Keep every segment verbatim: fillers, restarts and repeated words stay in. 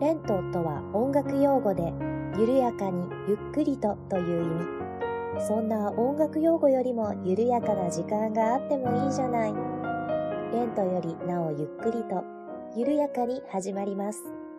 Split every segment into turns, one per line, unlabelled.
レントとは音楽用語で、緩やかにゆっくりとという意味。そんな音楽用語よりも緩やかな時間があってもいいじゃない。レントよりなおゆっくりと、緩やかに始まります。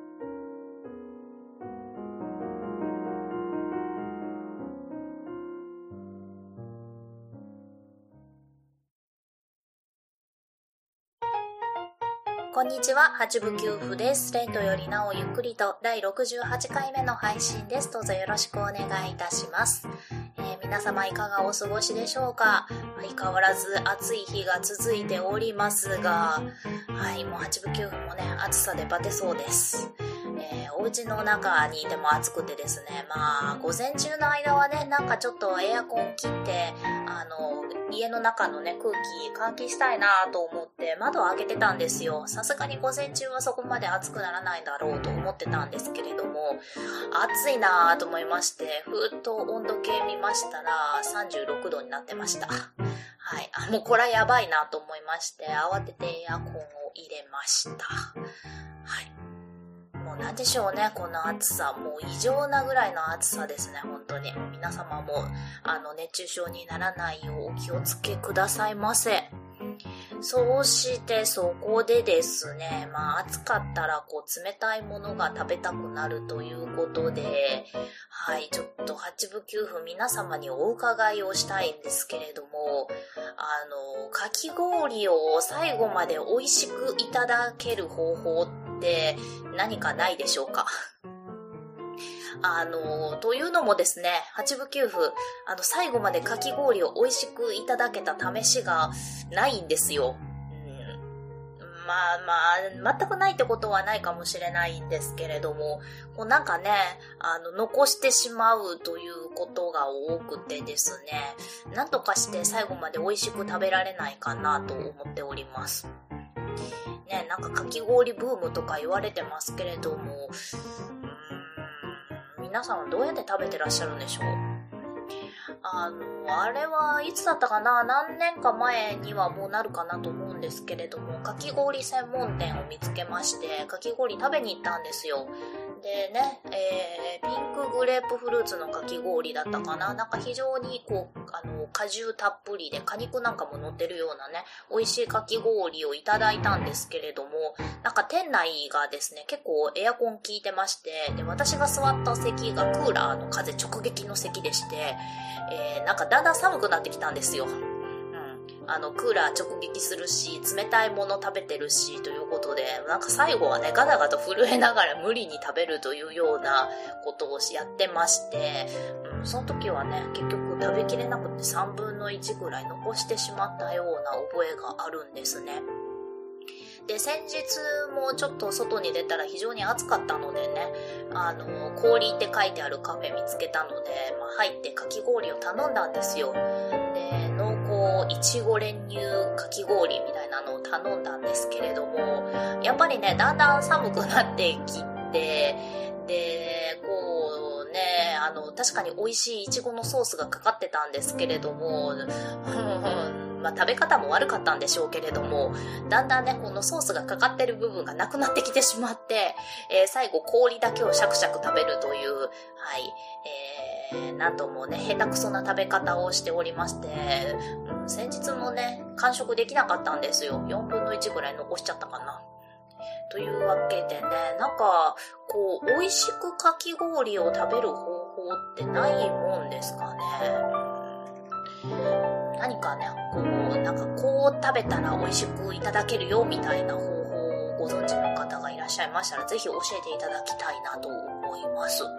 こんにちは、八部九夫です。レントよりなおゆっくりとだいろくじゅうはちかいめの配信です。どうぞよろしくお願いいたします。えー、皆様いかがお過ごしでしょうか。相変わらず暑い日が続いておりますが、はい、もう八部九夫もね、暑さでバテそうです。えー、お家の中にいても暑くてですね、まあ午前中の間はね、なんかちょっとエアコン切ってあの家の中のね空気換気したいなと思って窓を開けてたんですよ。さすがに午前中はそこまで暑くならないだろうと思ってたんですけれども、暑いなと思いまして、ふーっと温度計見ましたらさんじゅうろくどになってました。はい、あ、もうこれはやばいなと思いまして慌ててエアコンを入れました。はい、もうなんでしょうね、この暑さ。もう異常なぐらいの暑さですね、本当に。皆様もあの熱中症にならないようお気をつけくださいませ。そうしてそこでですね、まあ暑かったらこう冷たいものが食べたくなるということで、はい、ちょっと八部九夫皆様にお伺いをしたいんですけれども、あのかき氷を最後まで美味しくいただける方法って何かないでしょうか。あのというのもですね、八部九夫あの最後までかき氷を美味しくいただけた試しがないんですよ。うん、まあまあ全くないってことはないかもしれないんですけれども、こうなんかね、あの残してしまうということが多くてですね、なんとかして最後まで美味しく食べられないかなと思っております。ね、なんかかき氷ブームとか言われてますけれども、皆さんはどうやって食べてらっしゃるんでしょう。あのあれはいつだったかな、何年か前にはもうなるかなと思うんですけれども、かき氷専門店を見つけましてかき氷食べに行ったんですよ。でね、えー、ピンクグレープフルーツのかき氷だったかな、なんか非常にこうあの果汁たっぷりで果肉なんかも乗ってるようなね美味しいかき氷をいただいたんですけれども、なんか店内がですね結構エアコン効いてまして、で私が座った席がクーラーの風直撃の席でして、えー、なんかだんだん寒くなってきたんですよ。あのクーラー直撃するし冷たいもの食べてるしということで、なんか最後はねガタガタ震えながら無理に食べるというようなことをやってまして、うん、その時はね結局食べきれなくてさんぶんのいちぐらい残してしまったような覚えがあるんですね。で先日もちょっと外に出たら非常に暑かったのでね、あの氷って書いてあるカフェ見つけたので、まあ、入ってかき氷を頼んだんですよ。で濃厚いちご練乳かき氷みたいなのを頼んだんですけれども、やっぱりねだんだん寒くなってきて、でこうねあの確かに美味しいいちごのソースがかかってたんですけれども、まあ、食べ方も悪かったんでしょうけれども、だんだんねこのソースがかかってる部分がなくなってきてしまって、えー、最後氷だけをシャクシャク食べるという、はい、えー、なんともね下手くそな食べ方をしておりまして、うん、先日もね完食できなかったんですよ。よんぶんのいちぐらい残しちゃったかな。というわけでね、なんかこう美味しくかき氷を食べる方法ってないもんですかね。何かねこうなんかこう食べたら美味しくいただけるよみたいな方法をご存知の方がいらっしゃいましたらぜひ教えていただきたいなと思います。はい、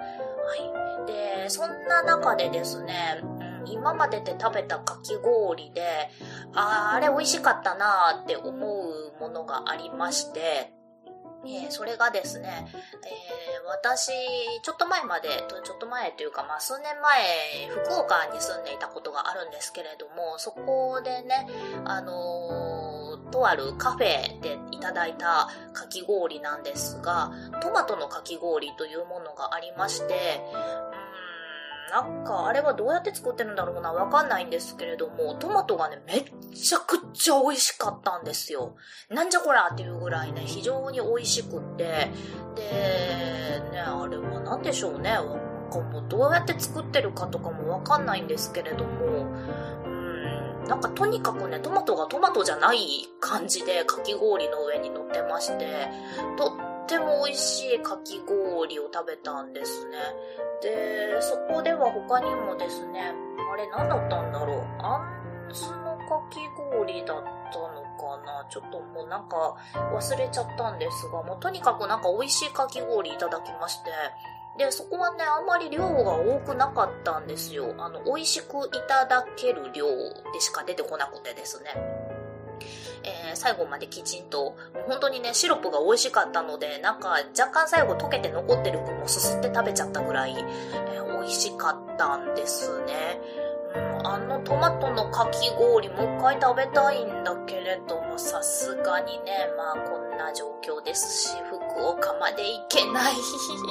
でそんな中でですね、うん、今までで食べたかき氷で あ, あれ美味しかったなって思うものがありまして、えー、それがですね、えー、私ちょっと前までちょっと前というか、まあ、数年前福岡に住んでいたことがあるんですけれども、そこでねあのー、とあるカフェでいただいたかき氷なんですが、トマトのかき氷というものがありまして、うーなんかあれはどうやって作ってるんだろうな、わかんないんですけれども、トマトがね、めっちゃくちゃ美味しかったんですよ。なんじゃこらっていうぐらいね、非常に美味しくって、で、ね、あれはなんでしょうね、なんかもうどうやって作ってるかとかもわかんないんですけれども、なんかとにかくね、トマトがトマトじゃない感じでかき氷の上に乗ってまして、とっても美味しいかき氷を食べたんですね。で、そこでは他にもですね、あれ何だったんだろう、あんずのかき氷だったのかな、ちょっともうなんか忘れちゃったんですが、もうとにかくなんか美味しいかき氷いただきまして、で、そこはね、あんまり量が多くなかったんですよ。あの、美味しくいただける量でしか出てこなくてですね。えー、最後まできちんと、もう本当にね、シロップが美味しかったので、なんか若干最後溶けて残ってる分もすすって食べちゃったぐらい、えー、美味しかったんですね。うん、あのトマトのかき氷もう一回食べたいんだけれども、さすがにね、まあこんな状況ですし、福岡まで行けない。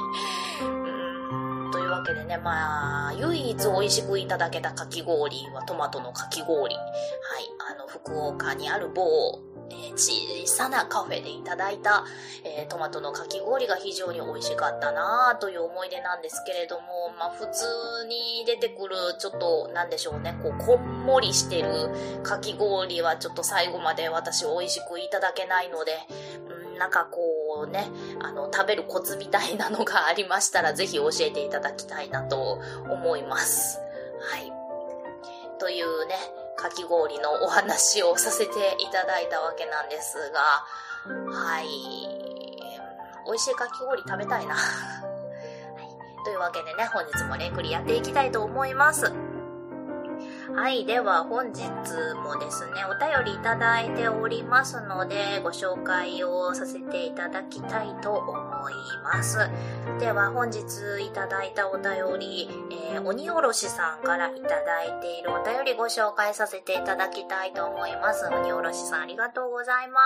というわけでね、まあ、唯一美味しくいただけたかき氷はトマトのかき氷。はい、あの、福岡にある某、えー、小さなカフェでいただいた、えー、トマトのかき氷が非常に美味しかったなという思い出なんですけれども、まあ、普通に出てくる、ちょっと、なんでしょうね、こう、こんもりしてるかき氷はちょっと最後まで私美味しくいただけないので、うん、なんかこうね、あの、食べるコツみたいなのがありましたら、ぜひ教えていただきたいなと思います。はい。というね、かき氷のお話をさせていただいたわけなんですが、はい。美味しいかき氷食べたいな。はい。というわけでね、本日もレクリやっていきたいと思います。はい。では本日もですね、お便りいただいておりますので、ご紹介をさせていただきたいと思います。では本日いただいたお便り、えー、鬼おろしさんからいただいているお便りご紹介させていただきたいと思います。鬼おろしさんありがとうございます。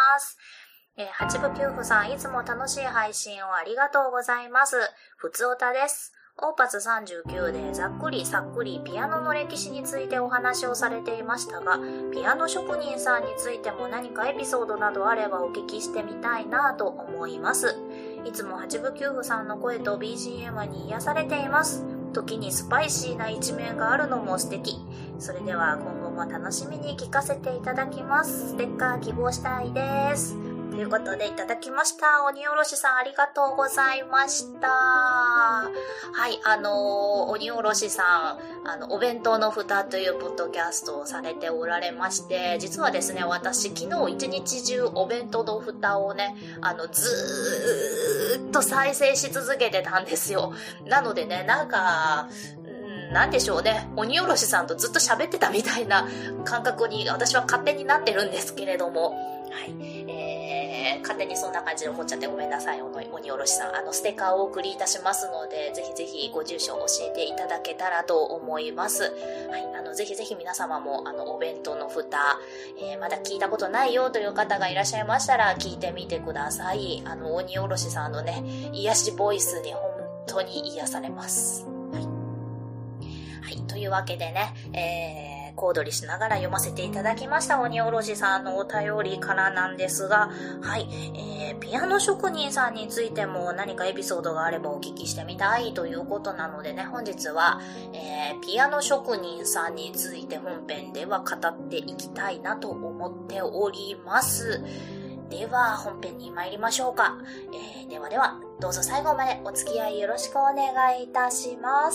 えー、八部九夫さんいつも楽しい配信をありがとうございます。ふつおたです。オーパスさんじゅうきゅうでざっくりさっくりピアノの歴史についてお話をされていましたが、ピアノ職人さんについても何かエピソードなどあればお聞きしてみたいなと思います。いつも八部九夫さんの声と ビージーエム に癒されています。時にスパイシーな一面があるのも素敵。それでは今後も楽しみに聞かせていただきます。ステッカー希望したいです。ということでいただきました。鬼おろしさんありがとうございました。はい、あのー、鬼おろしさん、あの、お弁当の蓋というポッドキャストをされておられまして、実はですね、私昨日一日中お弁当の蓋をね、あの、ずーっと再生し続けてたんですよ。なのでね、なんか、なんでしょうね、鬼おろしさんとずっと喋ってたみたいな感覚に私は勝手になってるんですけれども、はい、えー、勝手にそんな感じで思っちゃってごめんなさい、鬼おろしさん。あの、ステッカーをお送りいたしますので、ぜひぜひご住所を教えていただけたらと思います。はい、あの、ぜひぜひ皆様も、あの、お弁当の蓋、えー、まだ聞いたことないよという方がいらっしゃいましたら、聞いてみてください。あの、鬼おろしさんのね、癒しボイスに本当に癒されます。はい。はい、というわけでね、えー、小躍りしながら読ませていただきました鬼おろしさんのお便りからなんですが、はい、えー、ピアノ職人さんについても何かエピソードがあればお聞きしてみたいということなのでね、本日は、えー、ピアノ職人さんについて本編では語っていきたいなと思っております。では本編に参りましょうか。えー、ではではどうぞ最後までお付き合いよろしくお願いいたします。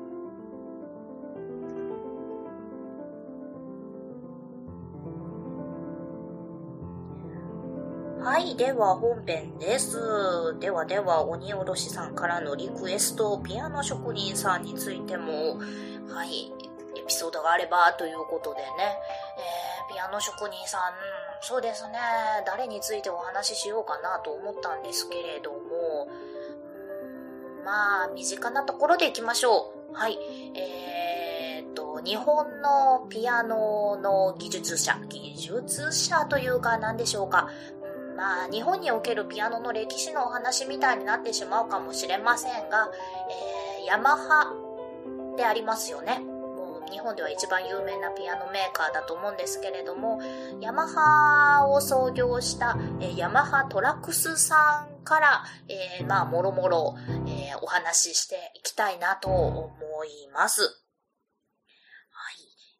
はい、では本編です。ではでは鬼おろしさんからのリクエスト、ピアノ職人さんについても、はい、エピソードがあればということでね、えー、ピアノ職人さん、そうですね、誰についてお話ししようかなと思ったんですけれども、うーん、まあ身近なところでいきましょう。はい、えーと日本のピアノの技術者、技術者というか何でしょうか。まあ、日本におけるピアノの歴史のお話みたいになってしまうかもしれませんが、えー、ヤマハでありますよね。日本では一番有名なピアノメーカーだと思うんですけれども、ヤマハを創業した、えー、ヤマハトラクスさんから、えー、まあもろもろ、えー、お話ししていきたいなと思います。はい、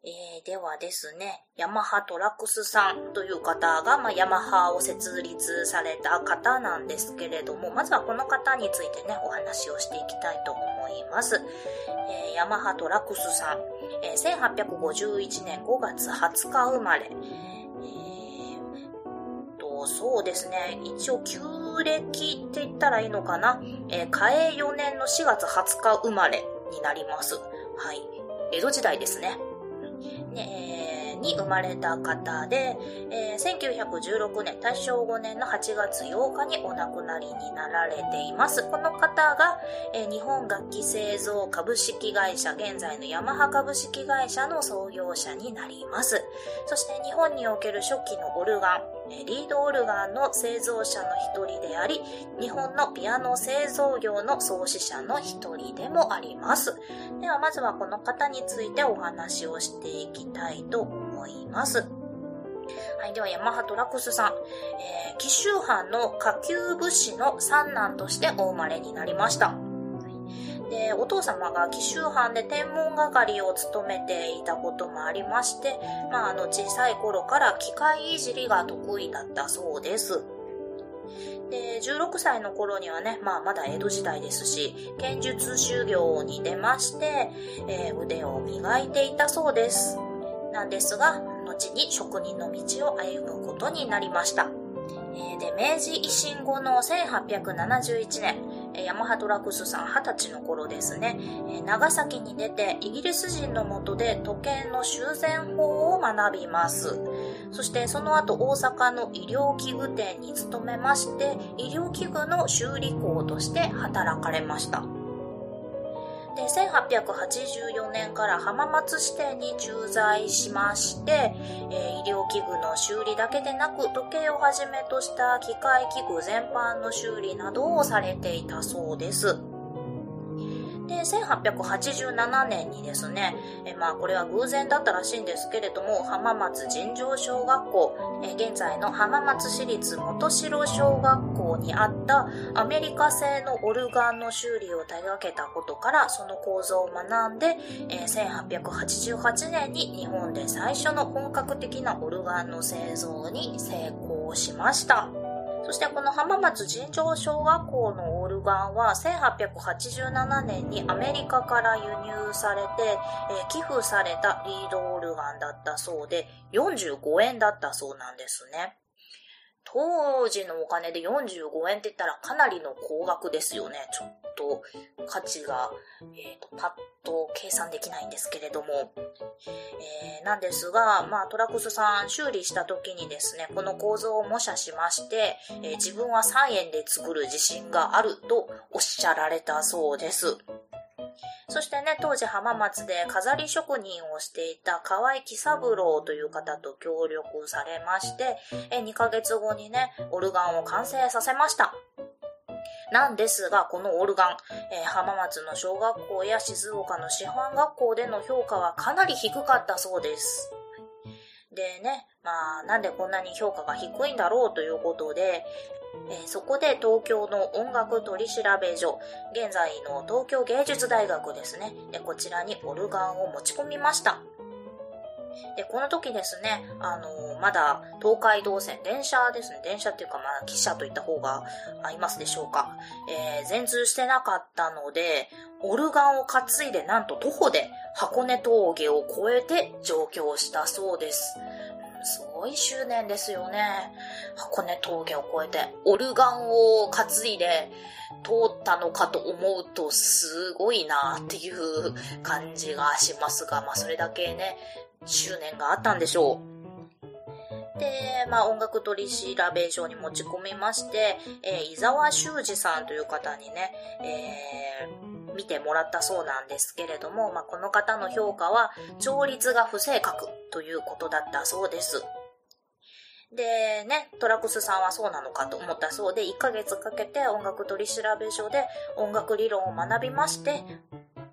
えー、ではですね、ヤマハトラクスさんという方が、まあ、ヤマハを設立された方なんですけれども、まずはこの方についてね、お話をしていきたいと思います。えー、ヤマハトラクスさん、えー、せんはっぴゃくごじゅういちねんごがつはつか生まれ、えー、とそうですね、一応旧暦って言ったらいいのかな、えー、嘉永よねんのしがつはつか生まれになります。はい、江戸時代ですね。ねえー、に生まれた方で、えー、せんきゅうひゃくじゅうろくねん大正ごねんのはちがつようかにお亡くなりになられています。この方が、えー、日本楽器製造株式会社、現在のヤマハ株式会社の創業者になります。そして日本における初期のオルガン、リードオルガンの製造者の一人であり、日本のピアノ製造業の創始者の一人でもあります。ではまずはこの方についてお話をしていきたいと思います。はい、ではヤマハトラクスさん、えー、紀州藩の下級武士の三男としてお生まれになりました。で、お父様が紀州藩で天文係を務めていたこともありまして、まあ、あの小さい頃から機械いじりが得意だったそうです。で、じゅうろくさいの頃にはね、まあまだ江戸時代ですし、剣術修行に出まして、えー、腕を磨いていたそうです。なんですが、後に職人の道を歩むことになりました。で、明治維新後のせんはっぴゃくななじゅういちねん、ヤマハトラクスさんはたちの頃ですね、長崎に出てイギリス人の下で時計の修繕法を学びます。そしてその後大阪の医療器具店に勤めまして、医療器具の修理工として働かれました。で、せんはっぴゃくはちじゅうよねんから浜松支店に駐在しまして、えー、医療器具の修理だけでなく時計をはじめとした機械器具全般の修理などをされていたそうです。で、せんはっぴゃくはちじゅうななねんにですね、えまあこれは偶然だったらしいんですけれども、浜松尋常小学校、え現在の浜松市立元城小学校にあったアメリカ製のオルガンの修理を手掛けたことから、その構造を学んで、えせんはっぴゃくはちじゅうはちねんに日本で最初の本格的なオルガンの製造に成功しました。そしてこの浜松尋常小学校のオルガンはせんはっぴゃくはちじゅうななねんにアメリカから輸入されて、えー、寄付されたリードオルガンだったそうで、よんじゅうごえんだったそうなんですね。当時のお金でよんじゅうごえんって言ったらかなりの高額ですよね。ちょっと価値が、えーと、パッと計算できないんですけれども。えー、なんですが、まあトラクスさん修理した時にですね、この構造を模写しまして、えー、自分はさんえんで作る自信があるとおっしゃられたそうです。そしてね、当時浜松で飾り職人をしていた河合喜三郎という方と協力されまして、にかげつごにね、オルガンを完成させました。なんですが、このオルガン、えー、浜松の小学校や静岡の師範学校での評価はかなり低かったそうです。でね、まあ、なんでこんなに評価が低いんだろうということで、えー、そこで東京の音楽取調所、現在の東京芸術大学ですね、でこちらにオルガンを持ち込みました。で、この時ですね、あのー、まだ東海道線、電車ですね、電車っていうかまあ汽車といった方が合いますでしょうか、えー、全通してなかったので、オルガンを担いでなんと徒歩で箱根峠を越えて上京したそうです。すごい執念ですよね。箱根峠を越えてオルガンを担いで通ったのかと思うとすごいなっていう感じがしますが、まあそれだけね、執念があったんでしょう。で、まあ音楽取調所に持ち込みまして、えー、伊沢修司さんという方にね、えー、見てもらったそうなんですけれども、まあこの方の評価は調律が不正確ということだったそうです。でね、トラクスさんはそうなのかと思ったそうで、いっかげつかけて音楽取調所で音楽理論を学びまして、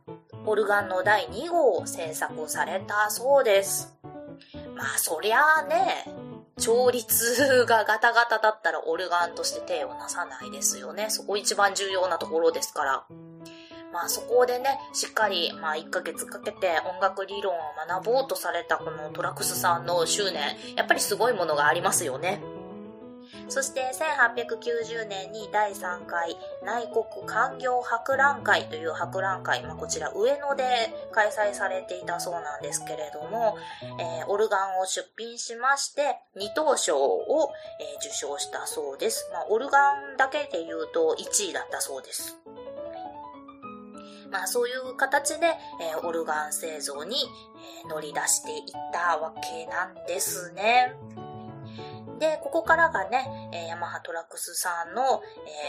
オルガンのだいにごうを制作されたそうです。まあそりゃあね、調律がガタガタだったらオルガンとして手をなさないですよね。そこ一番重要なところですから。まあそこでね、しっかり、まあいっかげつかけて音楽理論を学ぼうとされたこのトラクスさんの執念、やっぱりすごいものがありますよね。そしてせんはっぴゃくきゅうじゅうねんにだいさんかい内国官業博覧会という博覧会、まあ、こちら上野で開催されていたそうなんですけれども、えー、オルガンを出品しましてに等賞を、えー、受賞したそうです。まあ、オルガンだけで言うといちいだったそうです。まあそういう形で、えー、オルガン製造に、えー、乗り出していったわけなんですね。で、ここからがね、えー、ヤマハトラクスさんの、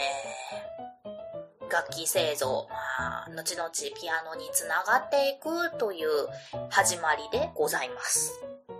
えー、楽器製造、まあ、後々ピアノにつながっていくという始まりでございます。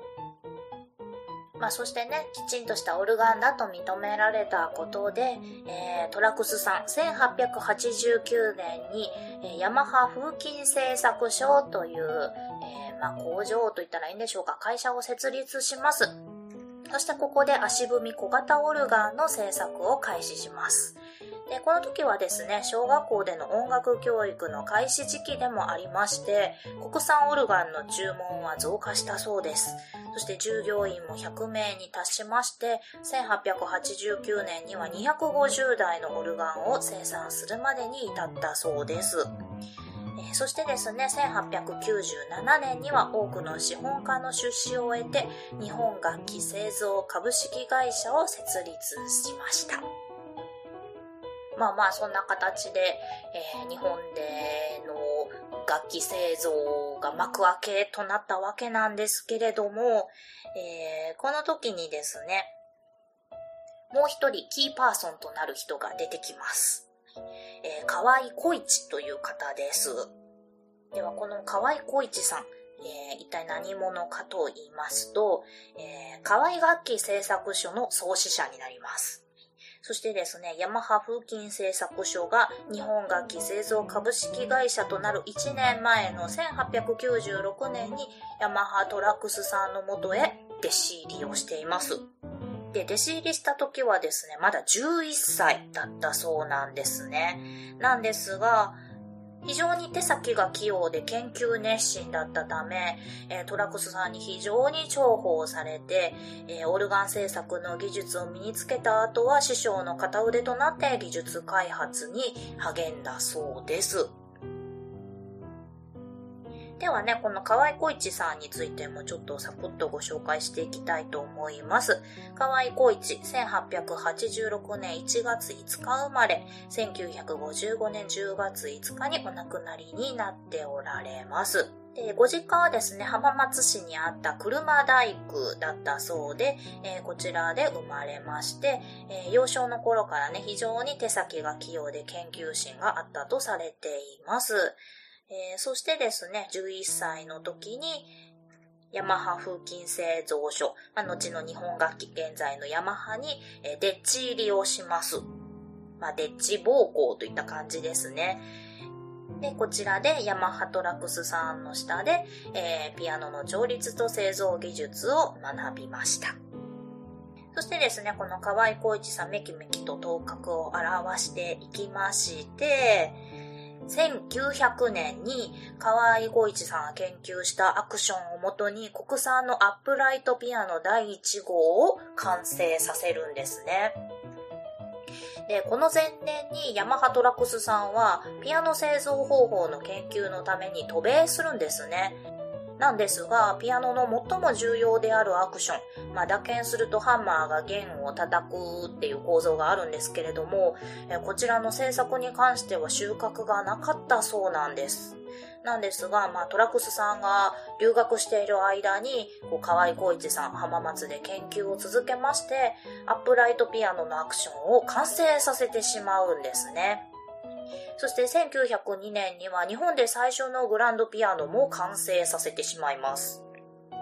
まあ、そしてね、きちんとしたオルガンだと認められたことで、えー、トラクスさん、せんはっぴゃくはちじゅうきゅうねんに、えー、ヤマハ風琴製作所という、えーまあ、工場といったらいいんでしょうか、会社を設立します。そしてここで足踏み小型オルガンの製作を開始します。で、この時はですね、小学校での音楽教育の開始時期でもありまして、国産オルガンの注文は増加したそうです。そして従業員もひゃくめいに達しまして、せんはっぴゃくはちじゅうきゅうねんにはにひゃくごじゅうだいのオルガンを生産するまでに至ったそうです。えー、そしてですね、せんはっぴゃくきゅうじゅうななねんには多くの資本家の出資を得て、日本楽器製造株式会社を設立しました。まあまあそんな形で、えー、日本での楽器製造が幕開けとなったわけなんですけれども、えー、この時にですね、もう一人キーパーソンとなる人が出てきます。えー、河合小一という方です。ではこの河合小一さん、えー、一体何者かと言いますと、えー、河合楽器製作所の創始者になります。そしてですね、ヤマハ風琴製作所が日本楽器製造株式会社となるいちねんまえのせんはっぴゃくきゅうじゅうろくねんにヤマハトラクスさんの元へ弟子入りをしています。で、弟子入りした時はですね、まだじゅういっさいだったそうなんですね。なんですが、非常に手先が器用で研究熱心だったため、えー、トラクスさんに非常に重宝されて、えー、オルガン製作の技術を身につけた後は師匠の片腕となって技術開発に励んだそうです。ではね、この河合小一さんについてもちょっとサクッとご紹介していきたいと思います。河合小一、せんはっぴゃくはちじゅうろくねんいちがついつか生まれ、せんきゅうひゃくごじゅうごねんじゅうがついつかにお亡くなりになっておられます。で、ご実家はですね、浜松市にあった車大工だったそうで、えー、こちらで生まれまして、えー、幼少の頃からね、非常に手先が器用で研究心があったとされています。えー、そしてですね、じゅういっさいの時にヤマハ風琴製造所、まあ、後の日本楽器現在のヤマハに、えー、デッチ入りをします。まあ、デッチ奉公といった感じですね。で、こちらでヤマハトラクスさんの下で、えー、ピアノの調律と製造技術を学びました。そしてですね、この河合小一さんめきめきと頭角を現していきまして、せんきゅうひゃくねんに河合小一さんが研究したアクションをもとに国産のアップライトピアノだいいちごうを完成させるんですね。で、この前年にヤマハトラクスさんはピアノ製造方法の研究のために渡米するんですね。なんですが、ピアノの最も重要であるアクション、まあ、打鍵するとハンマーが弦を叩くっていう構造があるんですけれども、えこちらの制作に関しては収穫がなかったそうなんです。なんですが、まあ、トラクスさんが留学している間に、こう河合小一さん、浜松で研究を続けまして、アップライトピアノのアクションを完成させてしまうんですね。そしてせんきゅうひゃくにねんには日本で最初のグランドピアノも完成させてしまいます。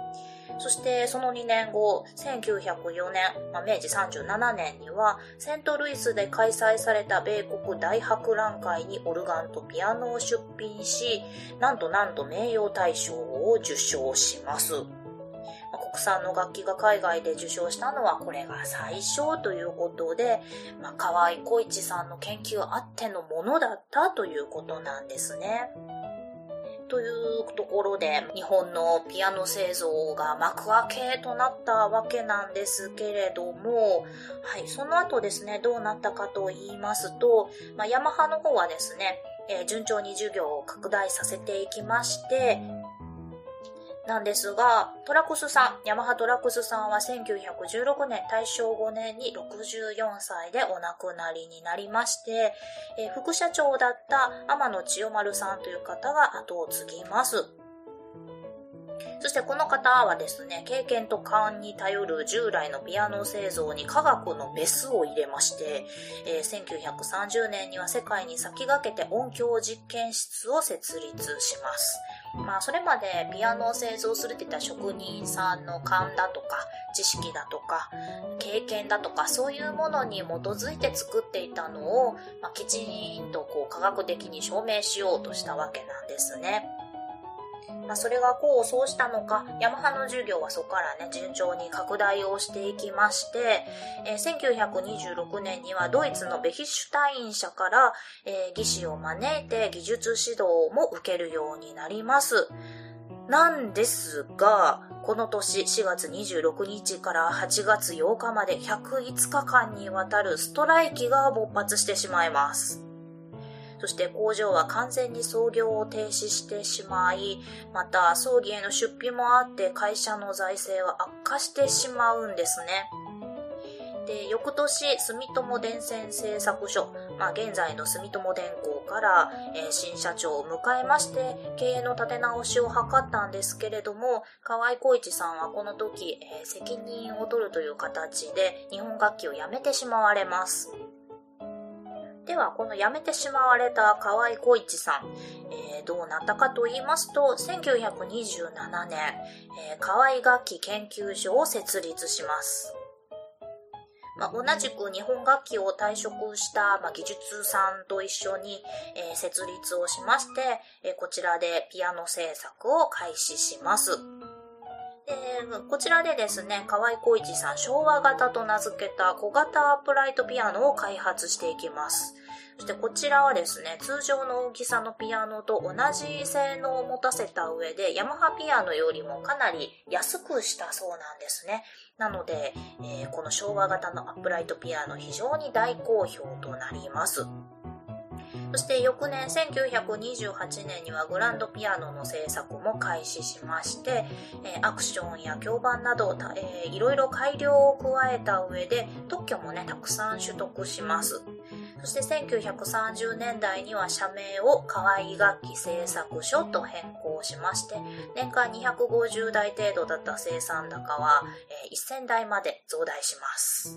そしてそのにねんご、せんきゅうひゃくよねん、まあ、めいじさんじゅうななねんにはセントルイスで開催された米国大博覧会にオルガンとピアノを出品し、なんとなんと名誉大賞を受賞します。国産の楽器が海外で受賞したのはこれが最初ということで、まあ、河合小一さんの研究あってのものだったということなんですね。というところで日本のピアノ製造が幕開けとなったわけなんですけれども、はい、その後ですね、どうなったかと言いますと、まあ、ヤマハの方はですね、えー、順調に事業を拡大させていきまして、なんですが、トラクスさん、ヤマハトラクスさんはせんきゅうひゃくじゅうろくねん、大正ごねんにろくじゅうよんさいでお亡くなりになりまして、えー、副社長だった天野千代丸さんという方が後を継ぎます。そしてこの方はですね、経験と勘に頼る従来のピアノ製造に科学のメスを入れまして、えー、せんきゅうひゃくさんじゅうねんには世界に先駆けて音響実験室を設立します。まあそれまでピアノを製造するっていったら職人さんの勘だとか知識だとか経験だとかそういうものに基づいて作っていたのを、まあ、きちんとこう科学的に証明しようとしたわけなんですね。まあ、それがこうそうしたのか、ヤマハの事業はそこからね順調に拡大をしていきまして、えー、せんきゅうひゃくにじゅうろくねんにはドイツのベヒシュタイン社から、えー、技師を招いて技術指導も受けるようになります。なんですが、この年しがつにじゅうろくにちからはちがつようかまでひゃくいつかかんにわたるストライキが勃発してしまいます。そして工場は完全に操業を停止してしまい、また葬儀への出費もあって会社の財政は悪化してしまうんですね。で、翌年、住友電線製作所、まあ、現在の住友電工から、えー、新社長を迎えまして、経営の立て直しを図ったんですけれども、河合小一さんはこの時、えー、責任を取るという形で日本楽器を辞めてしまわれます。では、この辞めてしまわれた河合小一さん、えー、どうなったかと言いますと、せんきゅうひゃくにじゅうななねん、えー、河合楽器研究所を設立します。まあ、同じく日本楽器を退職した、まあ、技術さんと一緒に、えー、設立をしまして、えー、こちらでピアノ製作を開始します。でこちらでですね、河合小一さん昭和型と名付けた小型アップライトピアノを開発していきます。そしてこちらはですね、通常の大きさのピアノと同じ性能を持たせた上で、ヤマハピアノよりもかなり安くしたそうなんですね。なので、えー、この昭和型のアップライトピアノ非常に大好評となります。そして翌年せんきゅうひゃくにじゅうはちねんにはグランドピアノの製作も開始しまして、えー、アクションや響板など、えー、いろいろ改良を加えた上で特許もねたくさん取得します。そしてせんきゅうひゃくさんじゅうねんだいには社名を河合楽器製作所と変更しまして、年間にひゃくごじゅうだい程度だった生産高は、えー、せんだいまで増大します。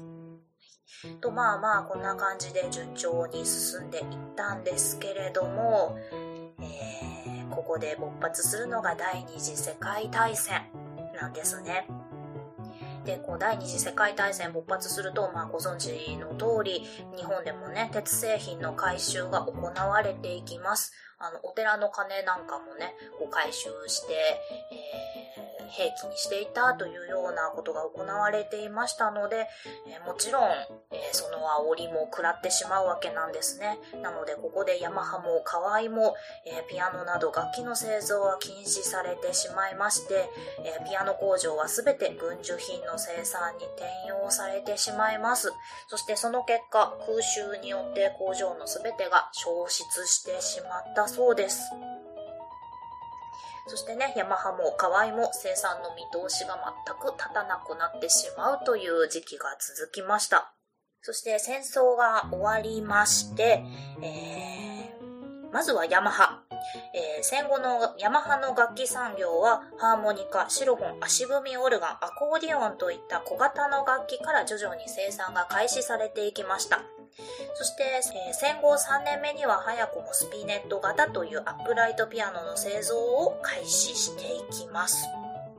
とまあまあこんな感じで順調に進んでいったんですけれども、えー、ここで勃発するのが第二次世界大戦なんですね。でこう第二次世界大戦勃発すると、まあ、ご存知の通り日本でもね鉄製品の回収が行われていきます。あのお寺の鐘なんかもねこう回収して、えー、兵器にしていたというようなことが行われていましたので、えー、もちろん、えー、その煽りも食らってしまうわけなんですね。なのでここでヤマハも河合も、えー、ピアノなど楽器の製造は禁止されてしまいまして、えー、ピアノ工場はすべて軍需品の生産に転用されてしまいます。そしてその結果空襲によって工場のすべてが焼失してしまったそうです。そしてね、ヤマハも河合も生産の見通しが全く立たなくなってしまうという時期が続きました。そして戦争が終わりまして、えー、まずはヤマハ。えー、戦後のヤマハの楽器産業はハーモニカ、シロフォン、足踏みオルガン、アコーディオンといった小型の楽器から徐々に生産が開始されていきました。そして、えー、戦後さんねんめには早くもスピネット型というアップライトピアノの製造を開始していきます。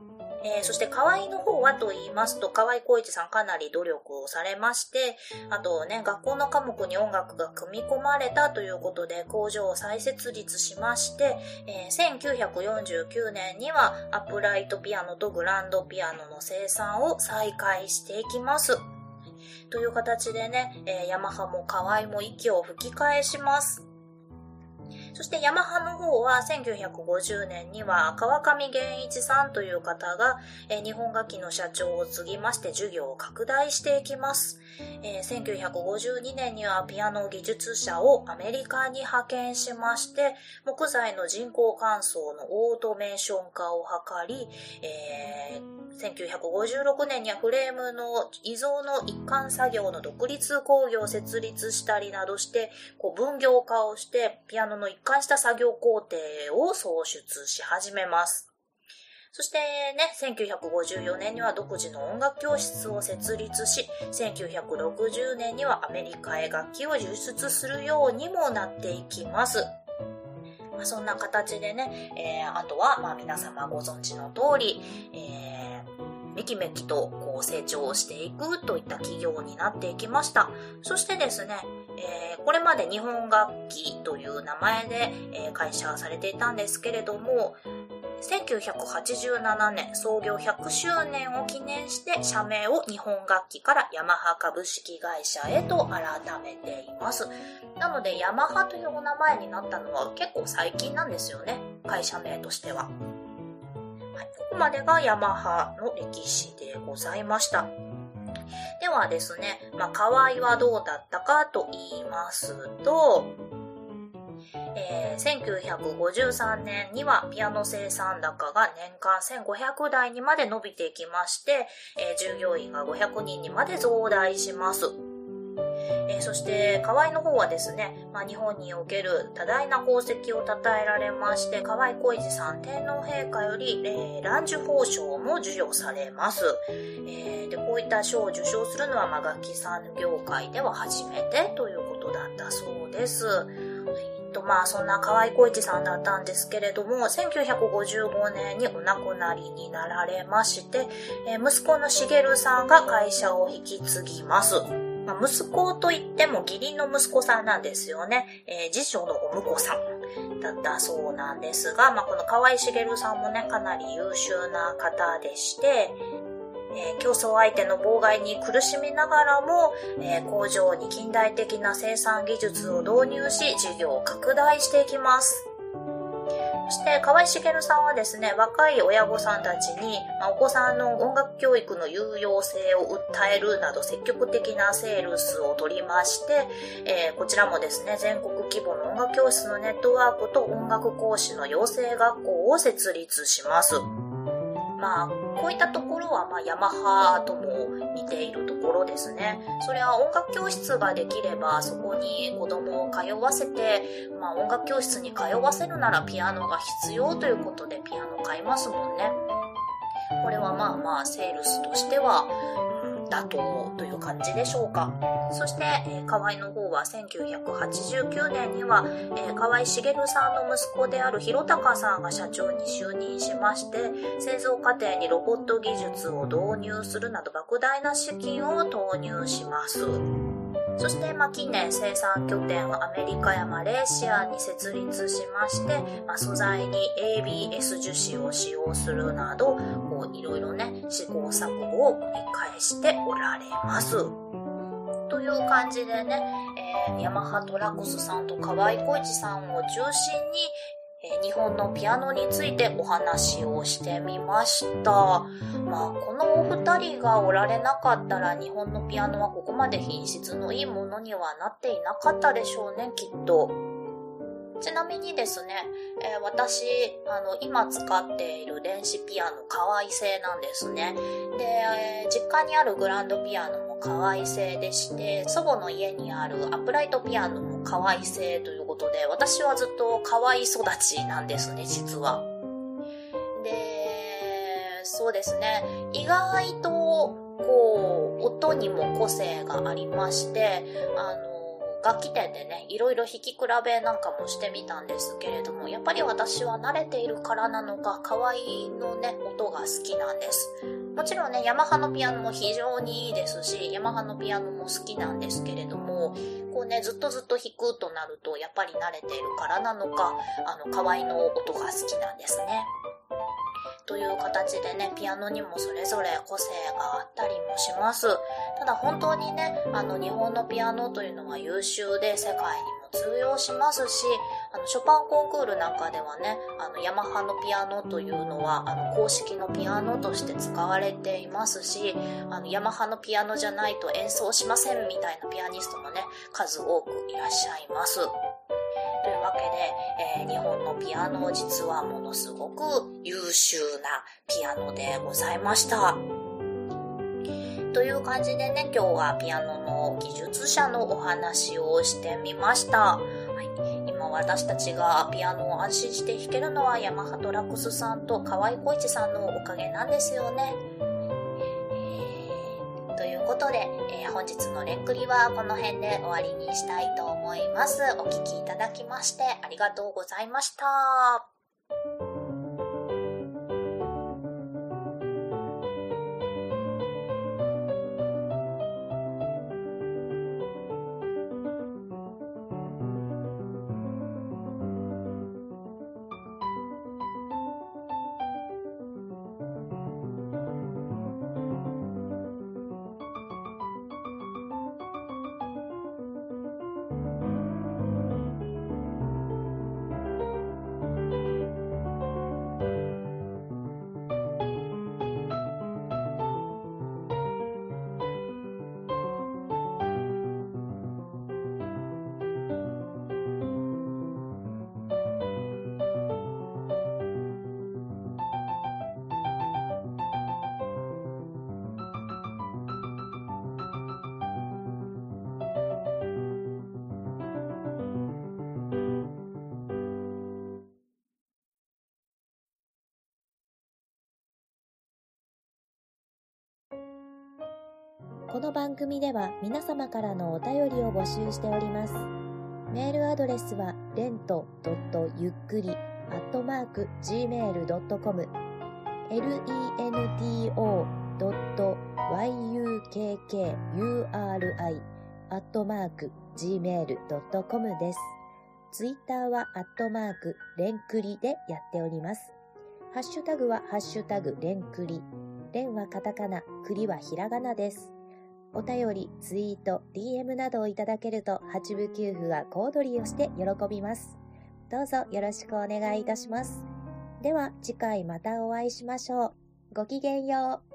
えー、そして河合の方はと言いますと、河合光一さんかなり努力をされまして、あとね、学校の科目に音楽が組み込まれたということで工場を再設立しまして、えー、せんきゅうひゃくよんじゅうきゅうねんにはアップライトピアノとグランドピアノの生産を再開していきます。という形でね、えー、ヤマハも河合も息を吹き返します。そしてヤマハの方はせんきゅうひゃくごじゅうねんには川上源一さんという方が、えー、日本楽器の社長を継ぎまして事業を拡大していきます。えー、せんきゅうひゃくごじゅうにねんにはピアノ技術者をアメリカに派遣しまして、木材の人工乾燥のオートメーション化を図り、えーせんきゅうひゃくごじゅうろくねんにはフレームの遺贈の一貫作業の独立工業を設立したりなどして、こう分業化をしてピアノの一貫した作業工程を創出し始めます。そしてね、せんきゅうひゃくごじゅうよねんには独自の音楽教室を設立し、せんきゅうひゃくろくじゅうねんにはアメリカへ楽器を輸出するようにもなっていきます。まあ、そんな形でね、えー、あとはまあ皆様ご存知の通り、えー、めきめきとこう成長していくといった企業になっていきました。そしてですね、えー、これまで日本楽器という名前で、えー、会社されていたんですけれども、せんきゅうひゃくはちじゅうななねん創業ひゃくしゅうねんを記念して社名を日本楽器からヤマハ株式会社へと改めています。なのでヤマハというお名前になったのは結構最近なんですよね、会社名としては。はい、ここまでがヤマハの歴史でございました。ではですね、まあ、河合はどうだったかと言いますと、えー、せんきゅうひゃくごじゅうさんねんにはピアノ生産高が年間せんごひゃくだいにまで伸びていきまして、えー、従業員がごひゃくにんにまで増大します。えー、そして河合の方はですね、まあ、日本における多大な功績を称えられまして、河合光一さん天皇陛下より、えー、蘭寿宝章も授与されます。えー、でこういった賞を受賞するのは、まあ、楽器産業界では初めてということだったそうです。とまあそんな河合光一さんだったんですけれども、せんきゅうひゃくごじゅうごねんにお亡くなりになられまして、えー、息子の茂さんが会社を引き継ぎます。まあ、息子といっても義理の息子さんなんですよね。えー、次女のお婿さんだったそうなんですが、まあ、この河合茂さんもね、かなり優秀な方でして、えー、競争相手の妨害に苦しみながらも、えー、工場に近代的な生産技術を導入し、事業を拡大していきます。そして河合茂さんはですね、若い親御さんたちに、まあ、お子さんの音楽教育の有用性を訴えるなど積極的なセールスを取りまして、えー、こちらもですね、全国規模の音楽教室のネットワークと音楽講師の養成学校を設立します。まあ、こういったところは、まあ、ヤマハとも似ているところですね。それは音楽教室ができれば、そこに子供を通わせて、まあ、音楽教室に通わせるならピアノが必要ということでピアノ買いますもんね。これはまあまあ、セールスとしては、妥当という感じでしょうか。そして、えー、河合の方はせんきゅうひゃくはちじゅうきゅうねんには、えー、河合茂さんの息子である弘隆さんが社長に就任しまして、製造過程にロボット技術を導入するなど莫大な資金を投入します。そして、まあ、近年生産拠点をアメリカやマレーシアに設立しまして、まあ、素材に エービーエス 樹脂を使用するなど、こういろいろね、試行錯誤を繰り返しておられます。という感じでね、えー、ヤマハトラクスさんと河合光一さんを中心に、えー、日本のピアノについてお話をしてみました。まあ、このお二人がおられなかったら日本のピアノはここまで品質のいいものにはなっていなかったでしょうね、きっと。ちなみにですね、えー、私あの今使っている電子ピアノ河合製なんですね。で、えー、実家にあるグランドピアノも河合製でして、祖母の家にあるアップライトピアノも河合製ということで、私はずっと河合育ちなんですね、実は。で、そうですね、意外とこう音にも個性がありまして、あの楽器店でね、いろいろ弾き比べなんかもしてみたんですけれども、やっぱり私は慣れているからなのか、河合のね、音が好きなんです。もちろんね、ヤマハのピアノも非常にいいですし、ヤマハのピアノも好きなんですけれども、こうね、ずっとずっと弾くとなると、やっぱり慣れているからなのか、あの、河合の音が好きなんですね。という形でね、ピアノにもそれぞれ個性があったりもします。ただ本当にね、あの日本のピアノというのは優秀で世界にも通用しますし、あのショパンコンクールなんかではね、あのヤマハのピアノというのはあの公式のピアノとして使われていますし、あのヤマハのピアノじゃないと演奏しませんみたいなピアニストもね、数多くいらっしゃいます。というわけで、えー、日本のピアノ実はものすごく優秀なピアノでございました。という感じでね、今日はピアノの技術者のお話をしてみました。はい、今私たちがピアノを安心して弾けるのはヤマハトラックスさんと河合浩一さんのおかげなんですよね。ということで、えー、本日のレンクリはこの辺で終わりにしたいと思います。お聞きいただきましてありがとうございました。
この番組では皆様からのお便りを募集しております。メールアドレスはレントドットゆっくりアットマークジーメールドットコム レントドットユックリアットマークジーメールドットコム です。ツイッターはアットマークレンクリでやっております。ハッシュタグはハッシュタグレンクリ。レンはカタカナ、クリはひらがなです。お便り、ツイート、ディーエム などをいただけると八部九夫が小躍りをして喜びます。どうぞよろしくお願いいたします。では次回またお会いしましょう。ごきげんよう。